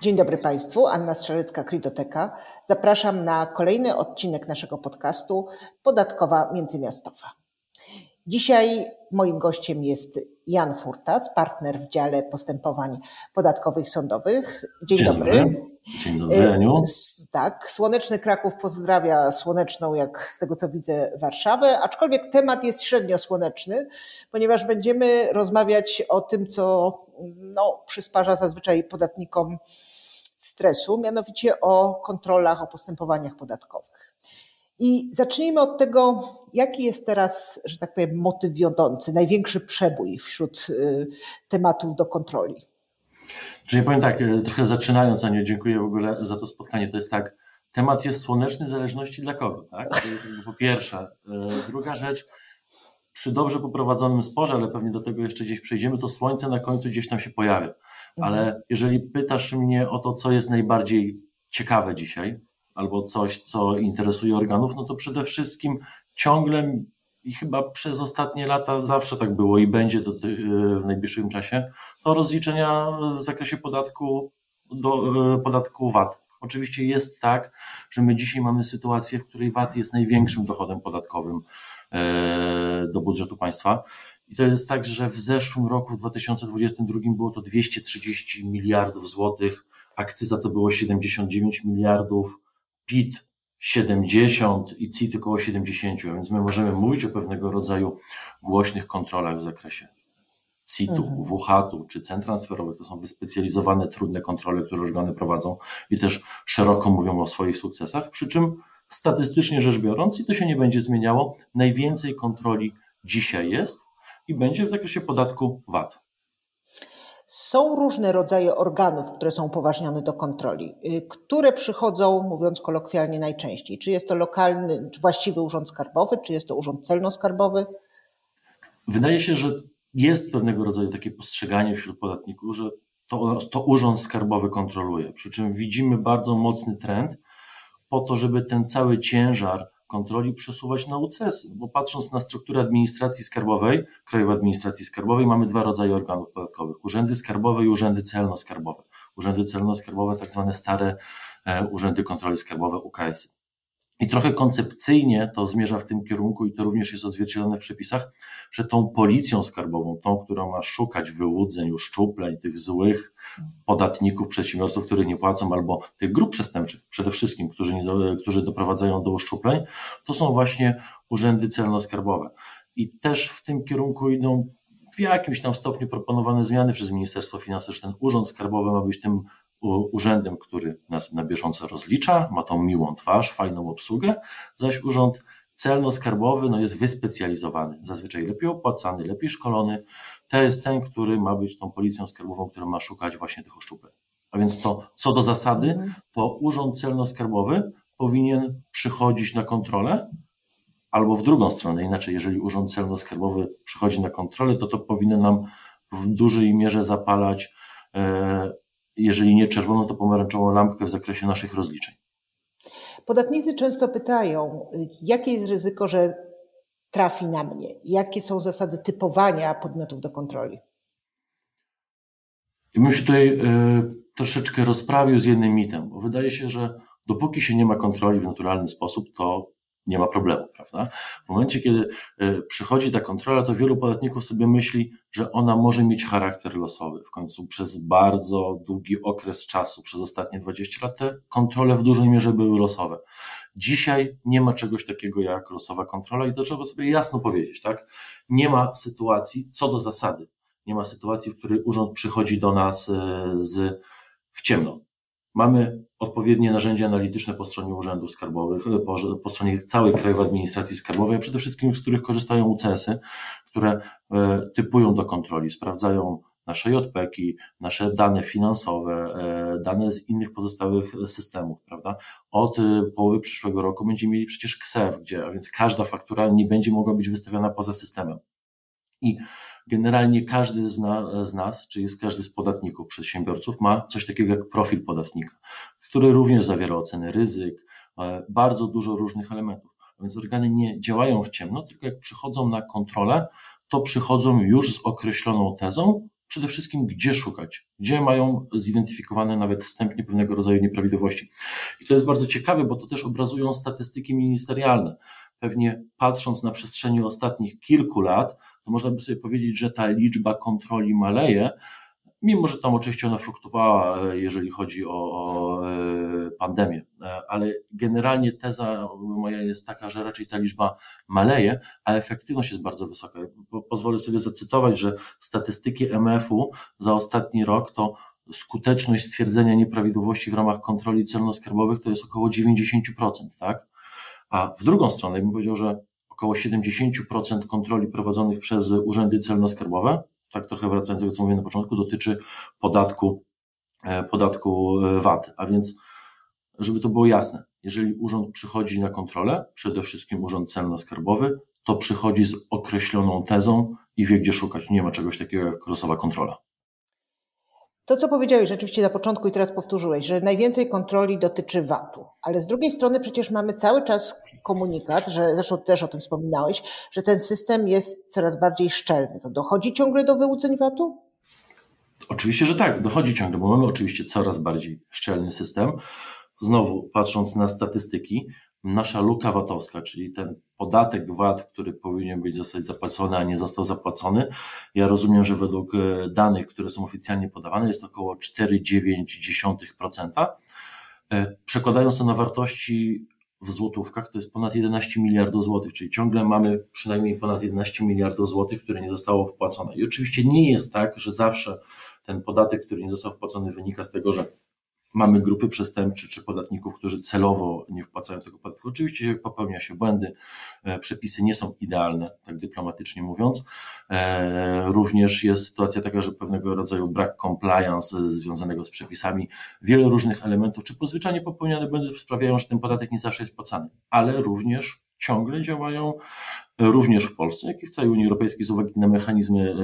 Dzień dobry Państwu, Anna Strzelecka-Kritoteka. Zapraszam na kolejny odcinek naszego podcastu Podatkowa Międzymiastowa. Dzisiaj moim gościem jest Jan Furtas, partner w dziale postępowań podatkowych i sądowych. Dzień dobry. Dzień dobry, Aniu. Tak, słoneczny Kraków pozdrawia słoneczną, jak z tego co widzę, Warszawę, aczkolwiek temat jest średnio słoneczny, ponieważ będziemy rozmawiać o tym, co przysparza zazwyczaj podatnikom stresu, mianowicie o kontrolach, o postępowaniach podatkowych. I zacznijmy od tego, jaki jest teraz, że tak powiem, motyw wiodący, największy przebój wśród tematów do kontroli. Czyli powiem tak, trochę zaczynając, Aniu, dziękuję w ogóle za to spotkanie. To jest tak, temat jest słoneczny w zależności dla kogo, tak? To jest po pierwsze. Druga rzecz, przy dobrze poprowadzonym sporze, ale pewnie do tego jeszcze gdzieś przejdziemy, to słońce na końcu gdzieś tam się pojawia. Ale jeżeli pytasz mnie o to, co jest najbardziej ciekawe dzisiaj, albo coś, co interesuje organów, no to przede wszystkim ciągle i chyba przez ostatnie lata zawsze tak było i będzie to w najbliższym czasie, to rozliczenia w zakresie podatku VAT. Oczywiście jest tak, że my dzisiaj mamy sytuację, w której VAT jest największym dochodem podatkowym do budżetu państwa. I to jest tak, że w zeszłym roku, w 2022 było to 230 miliardów złotych, akcyza to było 79 miliardów, PIT 70 i CIT około 70, a więc my możemy mówić o pewnego rodzaju głośnych kontrolach w zakresie CIT-u, WHAT-u czy cen transferowych. To są wyspecjalizowane, trudne kontrole, które organy prowadzą i też szeroko mówią o swoich sukcesach, przy czym statystycznie rzecz biorąc, i to się nie będzie zmieniało, najwięcej kontroli dzisiaj jest i będzie w zakresie podatku VAT. Są różne rodzaje organów, które są upoważnione do kontroli. Które przychodzą, mówiąc kolokwialnie, najczęściej? Czy jest to lokalny, właściwy urząd skarbowy, czy jest to urząd celno-skarbowy? Wydaje się, że jest pewnego rodzaju takie postrzeganie wśród podatników, że to urząd skarbowy kontroluje. Przy czym widzimy bardzo mocny trend po to, żeby ten cały ciężar kontroli przesuwać na UCS-y, bo patrząc na strukturę administracji skarbowej, Krajowej Administracji Skarbowej, mamy dwa rodzaje organów podatkowych, urzędy skarbowe i urzędy celno-skarbowe. Urzędy celno-skarbowe, tak zwane stare urzędy kontroli skarbowe, UKS-y. I trochę koncepcyjnie to zmierza w tym kierunku i to również jest odzwierciedlone w przepisach, że tą policją skarbową, tą, która ma szukać wyłudzeń, uszczupleń, tych złych podatników, przedsiębiorców, których nie płacą, albo tych grup przestępczych przede wszystkim, którzy doprowadzają do uszczupleń, to są właśnie urzędy celno-skarbowe. I też w tym kierunku idą w jakimś tam stopniu proponowane zmiany przez Ministerstwo Finansów, że ten urząd skarbowy ma być tym urzędem, który nas na bieżąco rozlicza, ma tą miłą twarz, fajną obsługę, zaś urząd celno-skarbowy jest wyspecjalizowany, zazwyczaj lepiej opłacany, lepiej szkolony. To jest ten, który ma być tą policją skarbową, która ma szukać właśnie tych uszczupleń. A więc to, co do zasady, to urząd celno-skarbowy powinien przychodzić na kontrolę, albo w drugą stronę, inaczej, jeżeli urząd celno-skarbowy przychodzi na kontrolę, to powinien nam w dużej mierze zapalać jeżeli nie czerwoną, to pomarańczową lampkę w zakresie naszych rozliczeń. Podatnicy często pytają, jakie jest ryzyko, że trafi na mnie? Jakie są zasady typowania podmiotów do kontroli? I bym się tutaj troszeczkę rozprawił z jednym mitem, bo wydaje się, że dopóki się nie ma kontroli w naturalny sposób, to nie ma problemu, prawda? W momencie, kiedy przychodzi ta kontrola, to wielu podatników sobie myśli, że ona może mieć charakter losowy. W końcu przez bardzo długi okres czasu, przez ostatnie 20 lat, te kontrole w dużej mierze były losowe. Dzisiaj nie ma czegoś takiego jak losowa kontrola i to trzeba sobie jasno powiedzieć, tak? Nie ma sytuacji, co do zasady, nie ma sytuacji, w której urząd przychodzi do nas w ciemno. Mamy odpowiednie narzędzia analityczne po stronie urzędów skarbowych, po stronie całej Krajowej Administracji Skarbowej, a przede wszystkim z których korzystają UCS-y, które typują do kontroli, sprawdzają nasze JPK-i, nasze dane finansowe, dane z innych pozostałych systemów, prawda? Od połowy przyszłego roku będziemy mieli przecież KSEF, a więc każda faktura nie będzie mogła być wystawiona poza systemem. I generalnie każdy z nas, czyli każdy z podatników, przedsiębiorców ma coś takiego jak profil podatnika, który również zawiera oceny ryzyk, bardzo dużo różnych elementów. A więc organy nie działają w ciemno, tylko jak przychodzą na kontrolę, to przychodzą już z określoną tezą, przede wszystkim gdzie szukać, gdzie mają zidentyfikowane nawet wstępnie pewnego rodzaju nieprawidłowości. I to jest bardzo ciekawe, bo to też obrazują statystyki ministerialne. Pewnie patrząc na przestrzeni ostatnich kilku lat, to można by sobie powiedzieć, że ta liczba kontroli maleje, mimo że tam oczywiście ona fluktuowała, jeżeli chodzi o pandemię. Ale generalnie teza moja jest taka, że raczej ta liczba maleje, a efektywność jest bardzo wysoka. Pozwolę sobie zacytować, że statystyki MF-u za ostatni rok to skuteczność stwierdzenia nieprawidłowości w ramach kontroli celno-skarbowych to jest około 90%, tak? A w drugą stronę, bym powiedział, że około 70% kontroli prowadzonych przez urzędy celno-skarbowe, tak trochę wracając do tego, co mówiłem na początku, dotyczy podatku VAT. A więc, żeby to było jasne, jeżeli urząd przychodzi na kontrolę, przede wszystkim urząd celno-skarbowy, to przychodzi z określoną tezą i wie, gdzie szukać. Nie ma czegoś takiego jak krosowa kontrola. To, co powiedziałeś rzeczywiście na początku i teraz powtórzyłeś, że najwięcej kontroli dotyczy VAT-u, ale z drugiej strony przecież mamy cały czas komunikat, że zresztą też o tym wspominałeś, że ten system jest coraz bardziej szczelny. To dochodzi ciągle do wyłudzeń VAT-u? Oczywiście, że tak, dochodzi ciągle, bo mamy oczywiście coraz bardziej szczelny system. Znowu, patrząc na statystyki, nasza luka VAT-owska, czyli ten podatek VAT, który powinien zostać zapłacony, a nie został zapłacony, ja rozumiem, że według danych, które są oficjalnie podawane, jest około 4,9%. Przekładając to na wartości w złotówkach, to jest ponad 11 miliardów złotych, czyli ciągle mamy przynajmniej ponad 11 miliardów złotych, które nie zostało wpłacone. I oczywiście nie jest tak, że zawsze ten podatek, który nie został wpłacony, wynika z tego, że mamy grupy przestępcze czy podatników, którzy celowo nie wpłacają tego podatku. Oczywiście popełnia się błędy, przepisy nie są idealne, tak dyplomatycznie mówiąc. Również jest sytuacja taka, że pewnego rodzaju brak compliance związanego z przepisami, wiele różnych elementów, czy zwyczajnie popełniane błędy sprawiają, że ten podatek nie zawsze jest płacany, ale również ciągle działają również w Polsce, jak i w całej Unii Europejskiej z uwagi na mechanizmy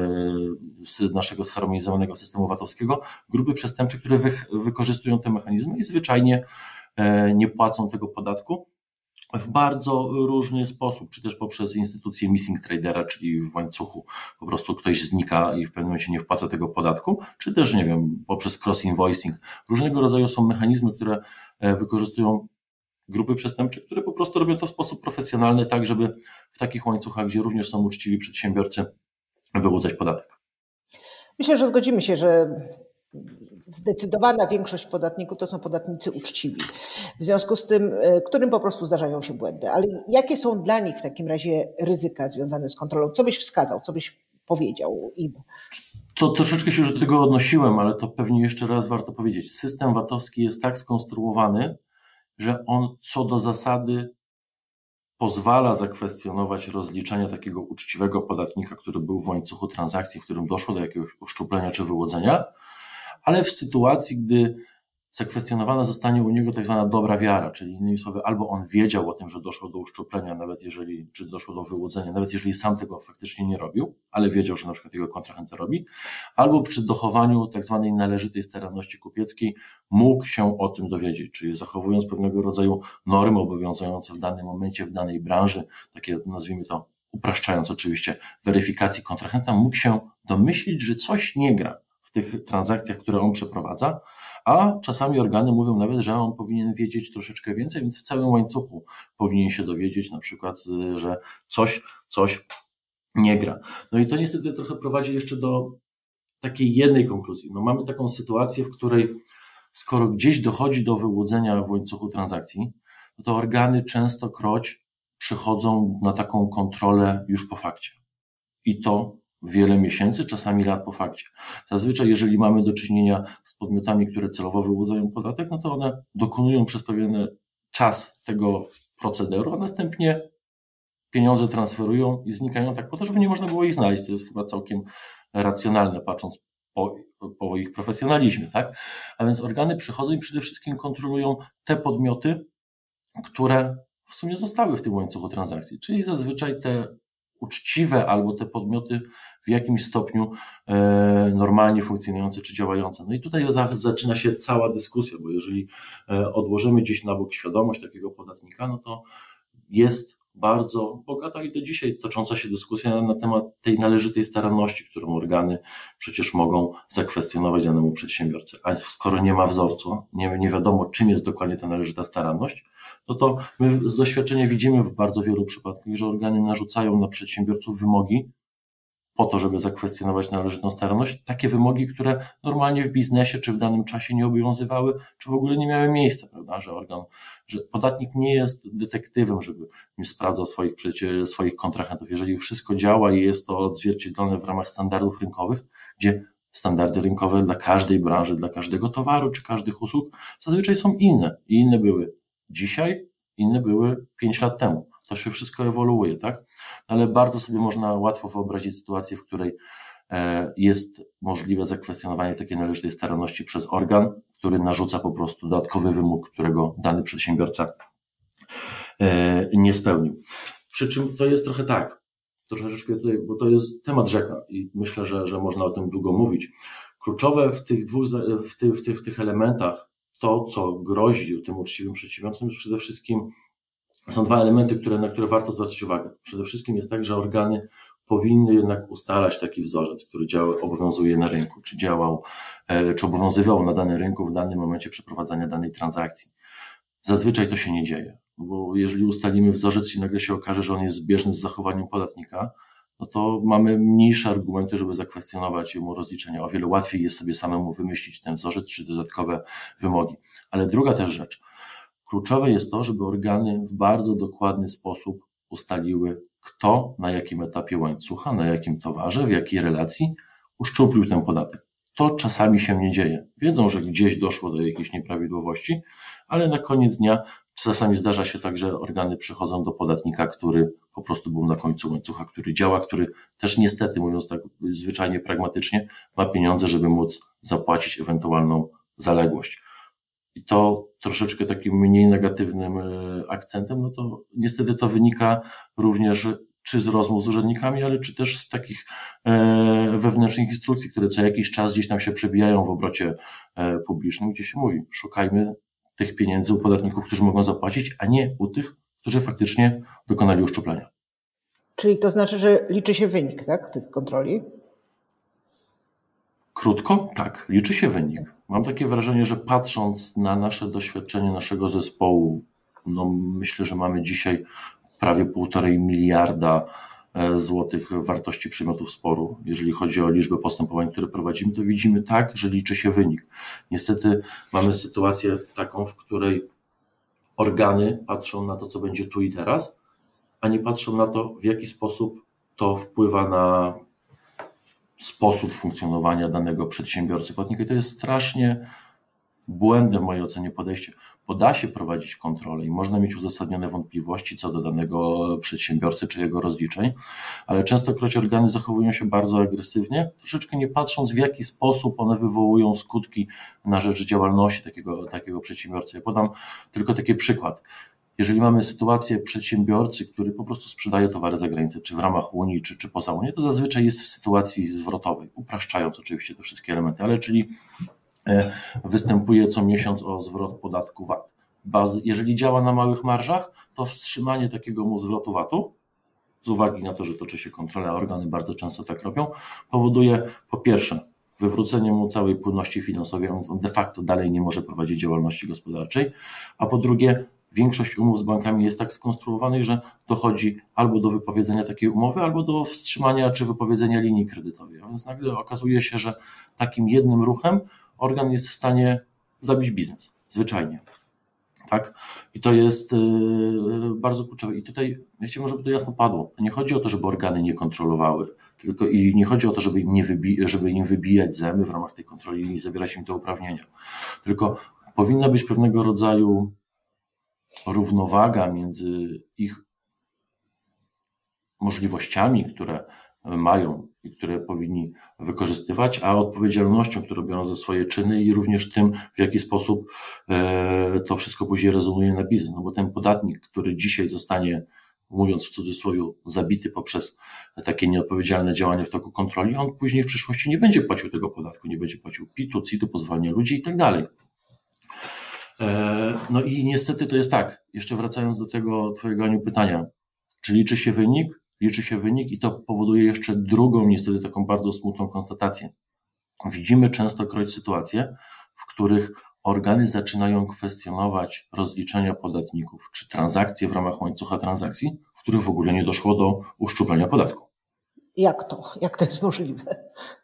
naszego zharmonizowanego systemu VAT-owskiego, grupy przestępcze, które wykorzystują te mechanizmy i zwyczajnie nie płacą tego podatku w bardzo różny sposób, czy też poprzez instytucję missing tradera, czyli w łańcuchu po prostu ktoś znika i w pewnym momencie nie wpłaca tego podatku, czy też, nie wiem, poprzez cross-invoicing. Różnego rodzaju są mechanizmy, które wykorzystują grupy przestępcze, które po prostu robią to w sposób profesjonalny, tak żeby w takich łańcuchach, gdzie również są uczciwi przedsiębiorcy, wyłudzać podatek. Myślę, że zgodzimy się, że zdecydowana większość podatników to są podatnicy uczciwi. W związku z tym, którym po prostu zdarzają się błędy. Ale jakie są dla nich w takim razie ryzyka związane z kontrolą? Co byś wskazał, co byś powiedział im? To troszeczkę się już do tego odnosiłem, ale to pewnie jeszcze raz warto powiedzieć. System VAT-owski jest tak skonstruowany, że on co do zasady pozwala zakwestionować rozliczania takiego uczciwego podatnika, który był w łańcuchu transakcji, w którym doszło do jakiegoś uszczuplenia czy wyłudzenia, ale w sytuacji, gdy zakwestionowana zostanie u niego tak zwana dobra wiara, czyli innymi słowy, albo on wiedział o tym, że doszło do uszczuplenia, czy doszło do wyłudzenia, nawet jeżeli sam tego faktycznie nie robił, ale wiedział, że na przykład jego kontrahent to robi, albo przy dochowaniu tak zwanej należytej staranności kupieckiej mógł się o tym dowiedzieć, czyli zachowując pewnego rodzaju normy obowiązujące w danym momencie, w danej branży, takie nazwijmy to, upraszczając oczywiście, weryfikacji kontrahenta, mógł się domyślić, że coś nie gra w tych transakcjach, które on przeprowadza, a czasami organy mówią nawet, że on powinien wiedzieć troszeczkę więcej, więc w całym łańcuchu powinien się dowiedzieć na przykład, że coś nie gra. No i to niestety trochę prowadzi jeszcze do takiej jednej konkluzji. No mamy taką sytuację, w której skoro gdzieś dochodzi do wyłudzenia w łańcuchu transakcji, no to organy częstokroć przychodzą na taką kontrolę już po fakcie. I to wiele miesięcy, czasami lat po fakcie. Zazwyczaj, jeżeli mamy do czynienia z podmiotami, które celowo wyłudzają podatek, no to one dokonują przez pewien czas tego procederu, a następnie pieniądze transferują i znikają tak po to, żeby nie można było ich znaleźć, co jest chyba całkiem racjonalne, patrząc po ich profesjonalizmie, tak? A więc organy przychodzą i przede wszystkim kontrolują te podmioty, które w sumie zostały w tym łańcuchu transakcji, czyli zazwyczaj te uczciwe albo te podmioty w jakimś stopniu normalnie funkcjonujące czy działające. No i tutaj zaczyna się cała dyskusja, bo jeżeli odłożymy gdzieś na bok świadomość takiego podatnika, no to jest bardzo bogata i do dzisiaj tocząca się dyskusja na temat tej należytej staranności, którą organy przecież mogą zakwestionować danemu przedsiębiorcy. A skoro nie ma wzorcu, nie wiadomo, czym jest dokładnie ta należyta staranność, to my z doświadczenia widzimy w bardzo wielu przypadkach, że organy narzucają na przedsiębiorców wymogi po to, żeby zakwestionować należytą staranność, takie wymogi, które normalnie w biznesie czy w danym czasie nie obowiązywały, czy w ogóle nie miały miejsca, prawda, że podatnik nie jest detektywem, żeby nie sprawdzał swoich kontrahentów. Jeżeli wszystko działa i jest to odzwierciedlone w ramach standardów rynkowych, gdzie standardy rynkowe dla każdej branży, dla każdego towaru czy każdych usług zazwyczaj są inne i inne były dzisiaj, inne były 5 lat temu. To się wszystko ewoluuje, tak? Ale bardzo sobie można łatwo wyobrazić sytuację, w której jest możliwe zakwestionowanie takiej należytej staranności przez organ, który narzuca po prostu dodatkowy wymóg, którego dany przedsiębiorca nie spełnił. Przy czym to jest trochę tak, troszeczkę tutaj, bo to jest temat rzeka i myślę, że można o tym długo mówić. Kluczowe w tych elementach to, co grozi tym uczciwym przedsiębiorcom, jest przede wszystkim są dwa elementy, na które warto zwracać uwagę. Przede wszystkim jest tak, że organy powinny jednak ustalać taki wzorzec, który obowiązuje na rynku, czy obowiązywał na danym rynku w danym momencie przeprowadzania danej transakcji. Zazwyczaj to się nie dzieje, bo jeżeli ustalimy wzorzec i nagle się okaże, że on jest zbieżny z zachowaniem podatnika, no to mamy mniejsze argumenty, żeby zakwestionować mu rozliczenia. O wiele łatwiej jest sobie samemu wymyślić ten wzorzec czy dodatkowe wymogi. Ale druga też rzecz. Kluczowe jest to, żeby organy w bardzo dokładny sposób ustaliły, kto na jakim etapie łańcucha, na jakim towarze, w jakiej relacji uszczuplił ten podatek. To czasami się nie dzieje. Wiedzą, że gdzieś doszło do jakiejś nieprawidłowości, ale na koniec dnia czasami zdarza się tak, że organy przychodzą do podatnika, który po prostu był na końcu łańcucha, który działa, który też niestety, mówiąc tak zwyczajnie pragmatycznie, ma pieniądze, żeby móc zapłacić ewentualną zaległość. I to troszeczkę takim mniej negatywnym akcentem, no to niestety to wynika również czy z rozmów z urzędnikami, ale czy też z takich wewnętrznych instrukcji, które co jakiś czas gdzieś tam się przebijają w obrocie publicznym, gdzie się mówi, szukajmy tych pieniędzy u podatników, którzy mogą zapłacić, a nie u tych, którzy faktycznie dokonali uszczuplenia. Czyli to znaczy, że liczy się wynik, tak, tych kontroli? Krótko, tak, liczy się wynik. Mam takie wrażenie, że patrząc na nasze doświadczenie naszego zespołu, no myślę, że mamy dzisiaj prawie 1,5 miliarda złotych wartości przedmiotów sporu. Jeżeli chodzi o liczbę postępowań, które prowadzimy, to widzimy tak, że liczy się wynik. Niestety mamy sytuację taką, w której organy patrzą na to, co będzie tu i teraz, a nie patrzą na to, w jaki sposób to wpływa na sposób funkcjonowania danego przedsiębiorcy, płatnika. I to jest strasznie błędem w mojej ocenie podejście, bo da się prowadzić kontrolę i można mieć uzasadnione wątpliwości co do danego przedsiębiorcy czy jego rozliczeń, ale częstokroć organy zachowują się bardzo agresywnie, troszeczkę nie patrząc, w jaki sposób one wywołują skutki na rzecz działalności takiego przedsiębiorcy. Ja podam tylko taki przykład. Jeżeli mamy sytuację przedsiębiorcy, który po prostu sprzedaje towary za granicę, czy w ramach Unii, czy poza Unią, to zazwyczaj jest w sytuacji zwrotowej, upraszczając oczywiście te wszystkie elementy, ale czyli występuje co miesiąc o zwrot podatku VAT. Jeżeli działa na małych marżach, to wstrzymanie takiego mu zwrotu VAT-u, z uwagi na to, że toczy się kontrola, a organy bardzo często tak robią, powoduje po pierwsze wywrócenie mu całej płynności finansowej, więc on de facto dalej nie może prowadzić działalności gospodarczej, a po drugie większość umów z bankami jest tak skonstruowanych, że dochodzi albo do wypowiedzenia takiej umowy, albo do wstrzymania czy wypowiedzenia linii kredytowej. A więc nagle okazuje się, że takim jednym ruchem organ jest w stanie zabić biznes, zwyczajnie. Tak? I to jest bardzo kluczowe. I tutaj ja chciałbym, żeby to jasno padło. To nie chodzi o to, żeby organy nie kontrolowały, tylko i nie chodzi o to, żeby im wybijać zęby w ramach tej kontroli i zabierać im te uprawnienia. Tylko powinna być pewnego rodzaju równowaga między ich możliwościami, które mają i które powinni wykorzystywać, a odpowiedzialnością, którą biorą za swoje czyny i również tym, w jaki sposób to wszystko później rezonuje na biznes. No bo ten podatnik, który dzisiaj zostanie, mówiąc w cudzysłowie, zabity poprzez takie nieodpowiedzialne działania w toku kontroli, on później w przyszłości nie będzie płacił tego podatku, nie będzie płacił PIT-u, CIT-u, pozwalania ludzi i tak dalej. No i niestety to jest tak, jeszcze wracając do tego twojego, Aniu, pytania, Czy liczy się wynik i to powoduje jeszcze drugą, niestety taką bardzo smutną konstatację. Widzimy częstokroć sytuacje, w których organy zaczynają kwestionować rozliczenia podatników czy transakcje w ramach łańcucha transakcji, w których w ogóle nie doszło do uszczuplenia podatku. Jak to? Jak to jest możliwe?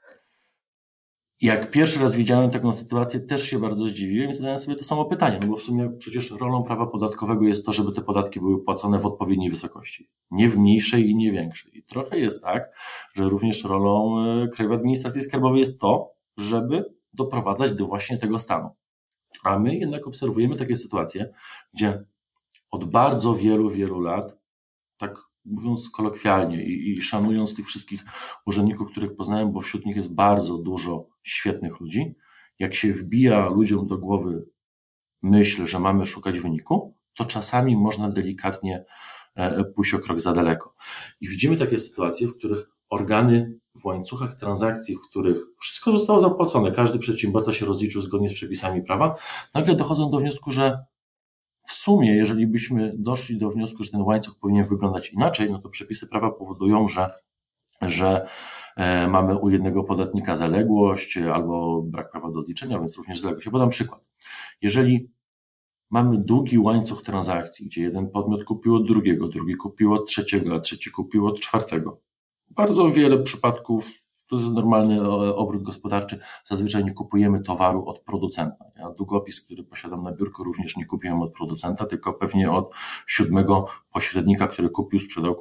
Jak pierwszy raz widziałem taką sytuację, też się bardzo zdziwiłem i zadałem sobie to samo pytanie, no bo w sumie przecież rolą prawa podatkowego jest to, żeby te podatki były płacone w odpowiedniej wysokości, nie w mniejszej i nie większej. I trochę jest tak, że również rolą Krajowej Administracji Skarbowej jest to, żeby doprowadzać do właśnie tego stanu. A my jednak obserwujemy takie sytuacje, gdzie od bardzo wielu, wielu lat, tak mówiąc kolokwialnie i szanując tych wszystkich urzędników, których poznałem, bo wśród nich jest bardzo dużo świetnych ludzi, jak się wbija ludziom do głowy myśl, że mamy szukać wyniku, to czasami można delikatnie pójść o krok za daleko. I widzimy takie sytuacje, w których organy w łańcuchach transakcji, w których wszystko zostało zapłacone, każdy przedsiębiorca się rozliczył zgodnie z przepisami prawa, nagle dochodzą do wniosku, że w sumie, jeżeli byśmy doszli do wniosku, że ten łańcuch powinien wyglądać inaczej, no to przepisy prawa powodują, że mamy u jednego podatnika zaległość albo brak prawa do odliczenia, więc również zaległość. Ja podam przykład. Jeżeli mamy długi łańcuch transakcji, gdzie jeden podmiot kupił od drugiego, drugi kupił od trzeciego, a trzeci kupił od czwartego. Bardzo wiele przypadków, to jest normalny obrót gospodarczy, zazwyczaj nie kupujemy towaru od producenta. Ja długopis, który posiadam na biurku, również nie kupiłem od producenta, tylko pewnie od 7. pośrednika, który kupił, sprzedał.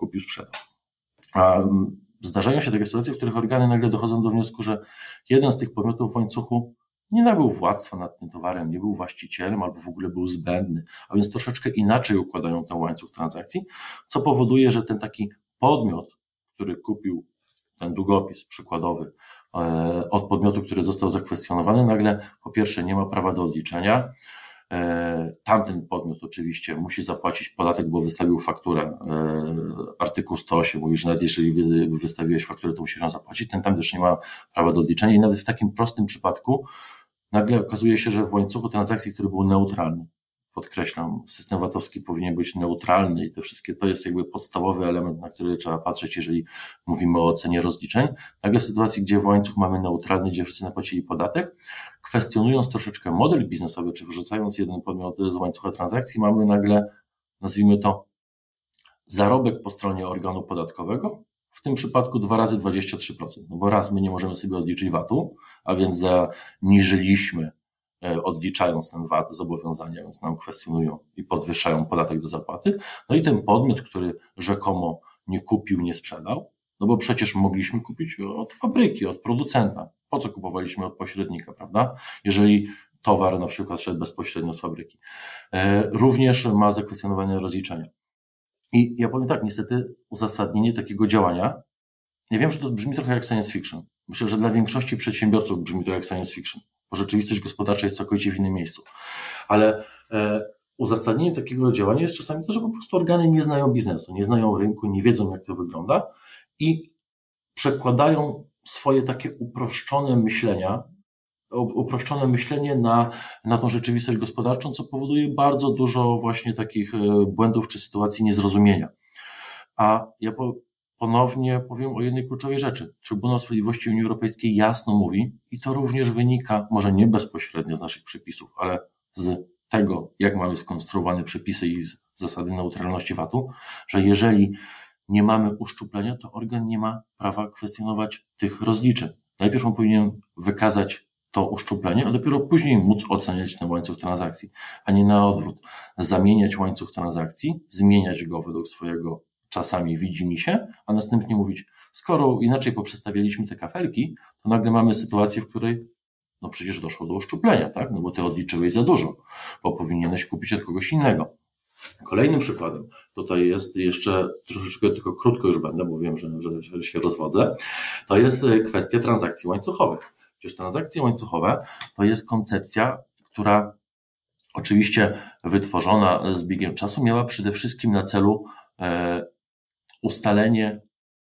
A zdarzają się takie sytuacje, w których organy nagle dochodzą do wniosku, że jeden z tych podmiotów w łańcuchu nie nabył władztwa nad tym towarem, nie był właścicielem albo w ogóle był zbędny, a więc troszeczkę inaczej układają ten łańcuch transakcji, co powoduje, że ten taki podmiot, który kupił ten długopis przykładowy od podmiotu, który został zakwestionowany, nagle po pierwsze nie ma prawa do odliczenia, tamten podmiot oczywiście musi zapłacić podatek, bo wystawił fakturę. Artykuł 108 mówi, że nawet jeżeli wystawiłeś fakturę, to musisz ją zapłacić. Ten tam też nie ma prawa do odliczenia i nawet w takim prostym przypadku nagle okazuje się, że w łańcuchu transakcji, który był neutralny, podkreślam, system VAT-owski powinien być neutralny i te wszystkie, to jest jakby podstawowy element, na który trzeba patrzeć, jeżeli mówimy o ocenie rozliczeń. Nagle w sytuacji, gdzie w łańcuch mamy neutralny, gdzie wszyscy napłacili podatek, kwestionując troszeczkę model biznesowy, czy wyrzucając jeden podmiot z łańcucha transakcji, mamy nagle, nazwijmy to, zarobek po stronie organu podatkowego, w tym przypadku 2 razy 23%, no bo raz my nie możemy sobie odliczyć VAT-u, a więc zaniżyliśmy, odliczając ten VAT, zobowiązania, więc nam kwestionują i podwyższają podatek do zapłaty. No i ten podmiot, który rzekomo nie kupił, nie sprzedał, no bo przecież mogliśmy kupić od fabryki, od producenta. Po co kupowaliśmy od pośrednika, prawda? Jeżeli towar na przykład szedł bezpośrednio z fabryki. Również ma zakwestionowane rozliczenia. I ja powiem tak, niestety uzasadnienie takiego działania, ja wiem, że to brzmi trochę jak science fiction. Myślę, że dla większości przedsiębiorców brzmi to jak science fiction, bo rzeczywistość gospodarcza jest całkowicie w innym miejscu. Ale uzasadnieniem takiego działania jest czasami to, że po prostu organy nie znają biznesu, nie znają rynku, nie wiedzą, jak to wygląda i przekładają swoje takie uproszczone myślenie na tą rzeczywistość gospodarczą, co powoduje bardzo dużo właśnie takich błędów czy sytuacji niezrozumienia. A ja ponownie powiem o jednej kluczowej rzeczy. Trybunał Sprawiedliwości Unii Europejskiej jasno mówi, i to również wynika, może nie bezpośrednio z naszych przepisów, ale z tego, jak mamy skonstruowane przepisy i z zasady neutralności VAT-u, że jeżeli nie mamy uszczuplenia, to organ nie ma prawa kwestionować tych rozliczeń. Najpierw on powinien wykazać to uszczuplenie, a dopiero później móc oceniać ten łańcuch transakcji, a nie na odwrót. Zamieniać łańcuch transakcji, zmieniać go według swojego czasami widzimisię, a następnie mówić, skoro inaczej poprzestawialiśmy te kafelki, to nagle mamy sytuację, w której no przecież doszło do uszczuplenia, tak? No bo ty odliczyłeś za dużo, bo powinieneś kupić od kogoś innego. Kolejnym przykładem, tutaj jest jeszcze troszeczkę, tylko krótko już będę, bo wiem, że się rozwodzę, to jest kwestia transakcji łańcuchowych. Przecież transakcje łańcuchowe to jest koncepcja, która oczywiście wytworzona z biegiem czasu miała przede wszystkim na celu ustalenie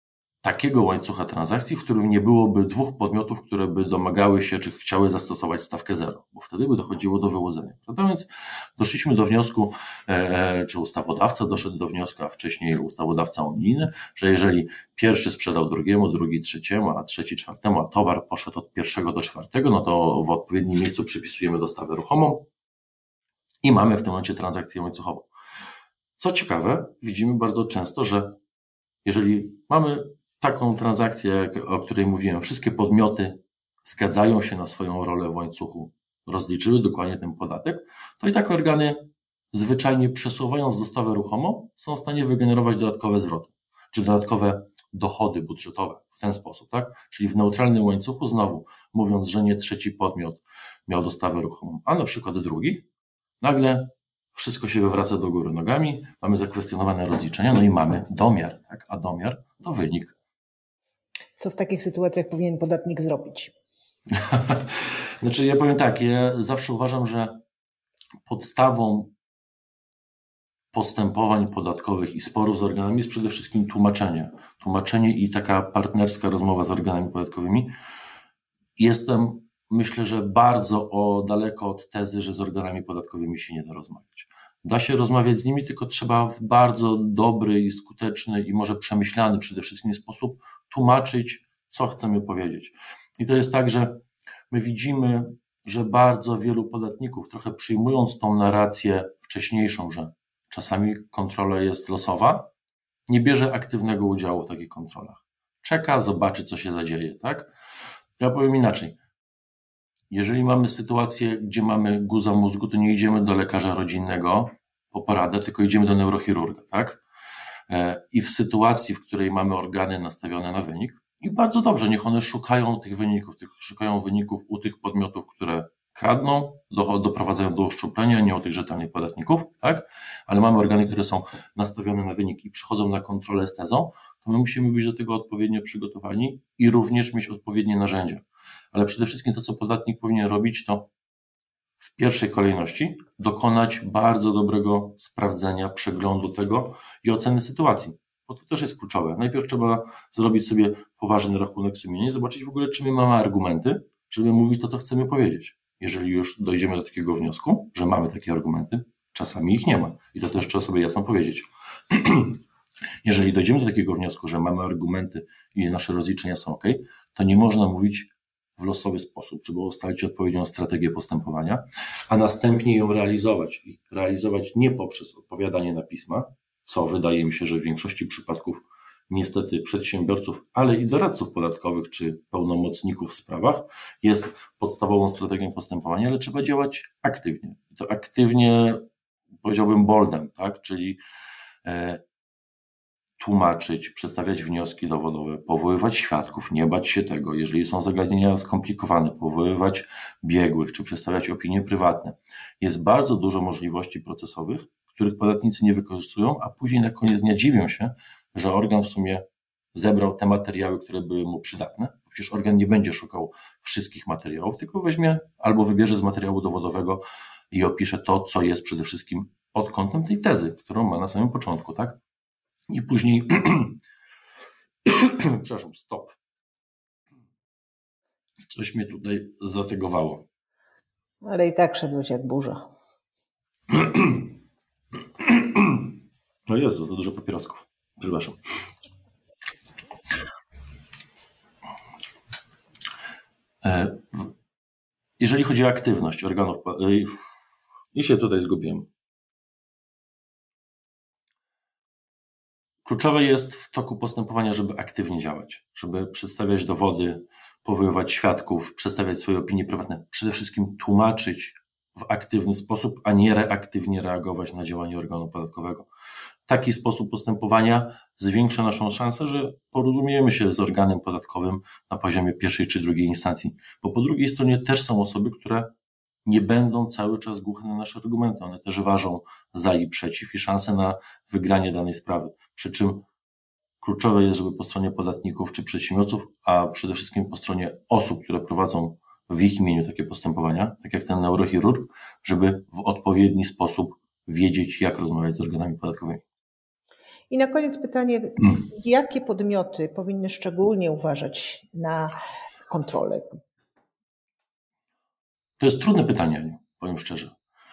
takiego łańcucha transakcji, w którym nie byłoby dwóch podmiotów, które by domagały się, czy chciały zastosować stawkę zero, bo wtedy by dochodziło do wyłudzenia. Prawda? Więc doszliśmy do wniosku, czy ustawodawca doszedł do wniosku, a wcześniej ustawodawca unijny, że jeżeli pierwszy sprzedał drugiemu, drugi trzeciemu, a trzeci czwartemu, a towar poszedł od pierwszego do czwartego, no to w odpowiednim miejscu przypisujemy dostawę ruchomą i mamy w tym momencie transakcję łańcuchową. Co ciekawe, widzimy bardzo często, że jeżeli mamy taką transakcję, o której mówiłem, wszystkie podmioty zgadzają się na swoją rolę w łańcuchu, rozliczyły dokładnie ten podatek, to i tak organy zwyczajnie przesuwając dostawę ruchomą są w stanie wygenerować dodatkowe zwroty, czy dodatkowe dochody budżetowe w ten sposób, tak? Czyli w neutralnym łańcuchu znowu mówiąc, że nie trzeci podmiot miał dostawę ruchomą, a na przykład drugi, nagle wszystko się wywraca do góry nogami, mamy zakwestionowane rozliczenia, no i mamy domiar, tak? A domiar to wynik. Co w takich sytuacjach powinien podatnik zrobić? Znaczy ja powiem tak, ja zawsze uważam, że podstawą postępowań podatkowych i sporów z organami jest przede wszystkim tłumaczenie. Tłumaczenie i taka partnerska rozmowa z organami podatkowymi. Myślę, że bardzo daleko od tezy, że z organami podatkowymi się nie da rozmawiać. Da się rozmawiać z nimi, tylko trzeba w bardzo dobry i skuteczny i może przemyślany przede wszystkim sposób tłumaczyć, co chcemy powiedzieć. I to jest tak, że my widzimy, że bardzo wielu podatników, trochę przyjmując tą narrację wcześniejszą, że czasami kontrola jest losowa, nie bierze aktywnego udziału w takich kontrolach. Czeka, zobaczy, co się zadzieje, tak? Ja powiem inaczej. Jeżeli mamy sytuację, gdzie mamy guza mózgu, to nie idziemy do lekarza rodzinnego po poradę, tylko idziemy do neurochirurga, tak? I w sytuacji, w której mamy organy nastawione na wynik, i bardzo dobrze, niech one szukają tych wyników, szukają wyników u tych podmiotów, które kradną, doprowadzają do uszczuplenia, nie u tych rzetelnych podatników, tak? Ale mamy organy, które są nastawione na wynik i przychodzą na kontrolę z tezą, to my musimy być do tego odpowiednio przygotowani i również mieć odpowiednie narzędzia. Ale przede wszystkim to, co podatnik powinien robić, to w pierwszej kolejności dokonać bardzo dobrego sprawdzenia, przeglądu tego i oceny sytuacji, bo to też jest kluczowe. Najpierw trzeba zrobić sobie poważny rachunek sumienia i zobaczyć w ogóle, czy my mamy argumenty, żeby mówić to, co chcemy powiedzieć. Jeżeli już dojdziemy do takiego wniosku, że mamy takie argumenty, czasami ich nie ma i to też trzeba sobie jasno powiedzieć. Jeżeli dojdziemy do takiego wniosku, że mamy argumenty i nasze rozliczenia są ok, to nie można mówić w losowy sposób. Trzeba ustalić odpowiednią strategię postępowania, a następnie ją realizować. I realizować nie poprzez odpowiadanie na pisma, co wydaje mi się, że w większości przypadków niestety przedsiębiorców, ale i doradców podatkowych czy pełnomocników w sprawach jest podstawową strategią postępowania, ale trzeba działać aktywnie. I to aktywnie, powiedziałbym boldem, tak? Czyli tłumaczyć, przedstawiać wnioski dowodowe, powoływać świadków, nie bać się tego, jeżeli są zagadnienia skomplikowane, powoływać biegłych, czy przedstawiać opinie prywatne. Jest bardzo dużo możliwości procesowych, których podatnicy nie wykorzystują, a później na koniec dnia dziwią się, że organ w sumie zebrał te materiały, które były mu przydatne. Przecież organ nie będzie szukał wszystkich materiałów, tylko weźmie albo wybierze z materiału dowodowego i opisze to, co jest przede wszystkim pod kątem tej tezy, którą ma na samym początku, tak? I później, przepraszam, stop. Coś mnie tutaj zategowało. Ale i tak szedłeś jak burza. No Jezu, za dużo papierosków. Przepraszam. Jeżeli chodzi o aktywność organów, i się tutaj zgubiłem. Kluczowe jest w toku postępowania, żeby aktywnie działać, żeby przedstawiać dowody, powoływać świadków, przedstawiać swoje opinie prywatne, przede wszystkim tłumaczyć w aktywny sposób, a nie reaktywnie reagować na działanie organu podatkowego. Taki sposób postępowania zwiększa naszą szansę, że porozumiemy się z organem podatkowym na poziomie pierwszej czy drugiej instancji, bo po drugiej stronie też są osoby, które nie będą cały czas głuche na nasze argumenty. One też ważą za i przeciw i szanse na wygranie danej sprawy. Przy czym kluczowe jest, żeby po stronie podatników czy przedsiębiorców, a przede wszystkim po stronie osób, które prowadzą w ich imieniu takie postępowania, tak jak ten neurochirurg, żeby w odpowiedni sposób wiedzieć, jak rozmawiać z organami podatkowymi. I na koniec pytanie, jakie podmioty powinny szczególnie uważać na kontrolę? To jest trudne pytanie, powiem szczerze.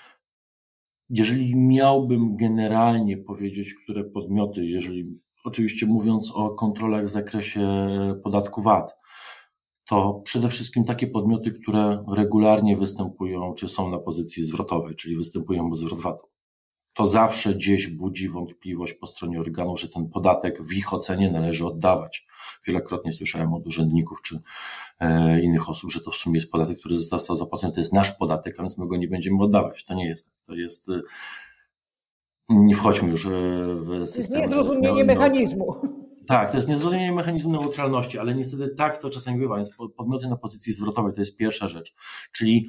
Jeżeli miałbym generalnie powiedzieć, które podmioty, jeżeli oczywiście mówiąc o kontrolach w zakresie podatku VAT, to przede wszystkim takie podmioty, które regularnie występują, czy są na pozycji zwrotowej, czyli występują o zwrot VAT-u. To zawsze gdzieś budzi wątpliwość po stronie organów, że ten podatek w ich ocenie należy oddawać. Wielokrotnie słyszałem od urzędników czy innych osób, że to w sumie jest podatek, który został zapłacony, to jest nasz podatek, a więc my go nie będziemy oddawać. To nie jest tak. To jest... Nie wchodźmy już w system. To jest niezrozumienie mechanizmu. Tak, to jest niezrozumienie mechanizmu neutralności, ale niestety tak to czasami bywa, więc podmioty na pozycji zwrotowej to jest pierwsza rzecz. Czyli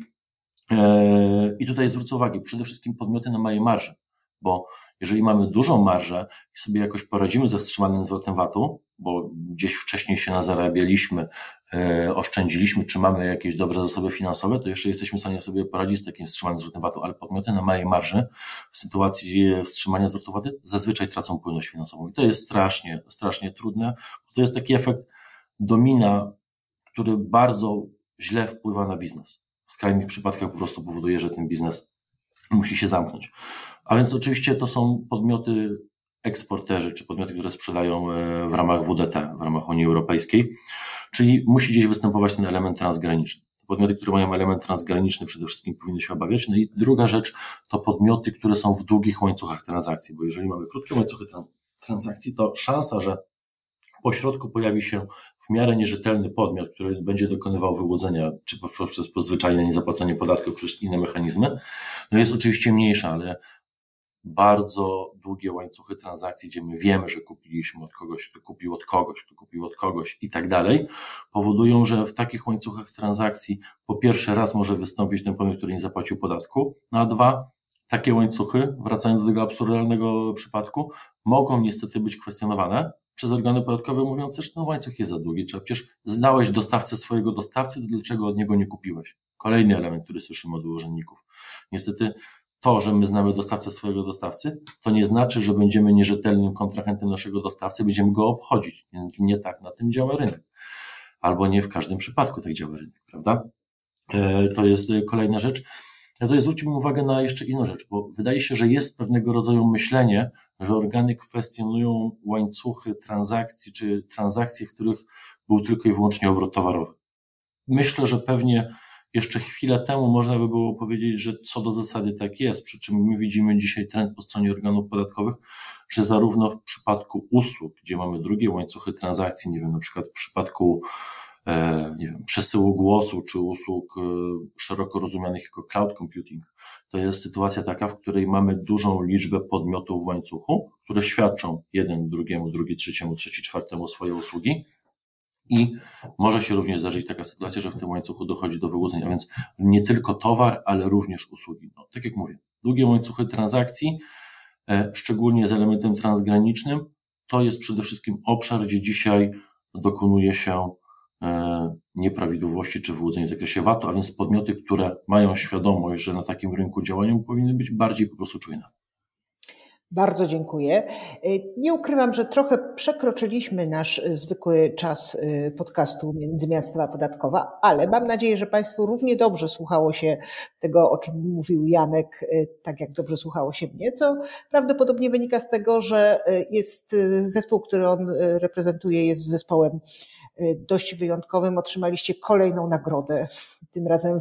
i tutaj zwrócę uwagę, przede wszystkim podmioty na małej marży, bo jeżeli mamy dużą marżę i sobie jakoś poradzimy ze wstrzymanym zwrotem VAT-u, bo gdzieś wcześniej się nazarabialiśmy, oszczędziliśmy, czy mamy jakieś dobre zasoby finansowe, to jeszcze jesteśmy w stanie sobie poradzić z takim wstrzymanym zwrotem VAT-u, ale podmioty na małej marży w sytuacji wstrzymania zwrotu VAT-u zazwyczaj tracą płynność finansową. I to jest strasznie, strasznie trudne. To jest taki efekt domina, który bardzo źle wpływa na biznes. W skrajnych przypadkach po prostu powoduje, że ten biznes musi się zamknąć. A więc oczywiście to są podmioty eksporterzy, czy podmioty, które sprzedają w ramach WDT, w ramach Unii Europejskiej, czyli musi gdzieś występować ten element transgraniczny. Podmioty, które mają element transgraniczny, przede wszystkim powinny się obawiać. No i druga rzecz to podmioty, które są w długich łańcuchach transakcji, bo jeżeli mamy krótkie łańcuchy transakcji, to szansa, że po środku pojawi się w miarę nierzetelny podmiot, który będzie dokonywał wyłudzenia, czy poprzez zwyczajne niezapłacenie podatków, czy inne mechanizmy, no jest oczywiście mniejsza, ale bardzo długie łańcuchy transakcji, gdzie my wiemy, że kupiliśmy od kogoś, kto kupił od kogoś, kto kupił od kogoś i tak dalej, powodują, że w takich łańcuchach transakcji po pierwsze raz może wystąpić ten podmiot, który nie zapłacił podatku, no a dwa, takie łańcuchy, wracając do tego absurdalnego przypadku, mogą niestety być kwestionowane przez organy podatkowe, mówiące, że ten łańcuch jest za długi, czy przecież znałeś dostawcę swojego dostawcy, to dlaczego od niego nie kupiłeś? Kolejny element, który słyszymy od urzędników. Niestety to, że my znamy dostawcę swojego dostawcy, to nie znaczy, że będziemy nierzetelnym kontrahentem naszego dostawcy, będziemy go obchodzić. Nie tak na tym działa rynek. Albo nie w każdym przypadku tak działa rynek, prawda? To jest kolejna rzecz. Ja tutaj zwróciłbym uwagę na jeszcze inną rzecz, bo wydaje się, że jest pewnego rodzaju myślenie, że organy kwestionują łańcuchy transakcji, czy transakcje, w których był tylko i wyłącznie obrót towarowy. Myślę, że pewnie jeszcze chwilę temu można by było powiedzieć, że co do zasady tak jest, przy czym my widzimy dzisiaj trend po stronie organów podatkowych, że zarówno w przypadku usług, gdzie mamy drugie łańcuchy transakcji, nie wiem, na przykład w przypadku przesyłu głosu, czy usług szeroko rozumianych jako cloud computing, to jest sytuacja taka, w której mamy dużą liczbę podmiotów w łańcuchu, które świadczą jeden drugiemu, drugi trzeciemu, trzeci czwartemu swoje usługi. I może się również zdarzyć taka sytuacja, że w tym łańcuchu dochodzi do wyłudzeń, a więc nie tylko towar, ale również usługi. No, tak jak mówię, długie łańcuchy transakcji, szczególnie z elementem transgranicznym, to jest przede wszystkim obszar, gdzie dzisiaj dokonuje się nieprawidłowości czy wyłudzeń w zakresie VAT-u, a więc podmioty, które mają świadomość, że na takim rynku działają, powinny być bardziej po prostu czujne. Bardzo dziękuję. Nie ukrywam, że trochę przekroczyliśmy nasz zwykły czas podcastu Międzymiastowa Podatkowa, ale mam nadzieję, że Państwu równie dobrze słuchało się tego, o czym mówił Janek, tak jak dobrze słuchało się mnie, co prawdopodobnie wynika z tego, że jest zespół, który on reprezentuje, jest zespołem dość wyjątkowym. Otrzymaliście kolejną nagrodę, tym razem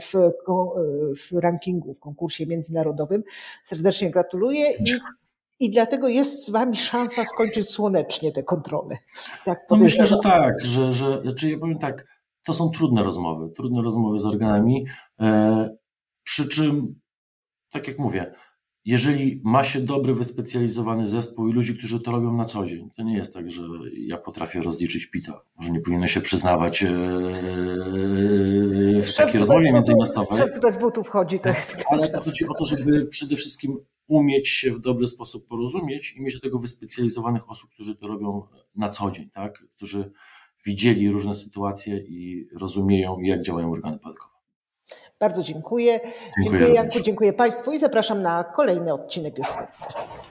w rankingu, w konkursie międzynarodowym. Serdecznie gratuluję i dlatego jest z Wami szansa skończyć słonecznie te kontrole. Tak, no myślę, że tak, że ja powiem tak, to są trudne rozmowy z organami, przy czym, tak jak mówię, jeżeli ma się dobry, wyspecjalizowany zespół i ludzi, którzy to robią na co dzień, to nie jest tak, że ja potrafię rozliczyć PIT-a. Może nie powinno się przyznawać w takiej rozmowie międzymiastowej. Szef bez butów chodzi, to jest. Ale chodzi o to, żeby przede wszystkim umieć się w dobry sposób porozumieć i mieć do tego wyspecjalizowanych osób, którzy to robią na co dzień, tak? Którzy widzieli różne sytuacje i rozumieją, jak działają organy podatkowe. Bardzo dziękuję. Dziękuję Janku, dziękuję Państwu i zapraszam na kolejny odcinek już wkrótce.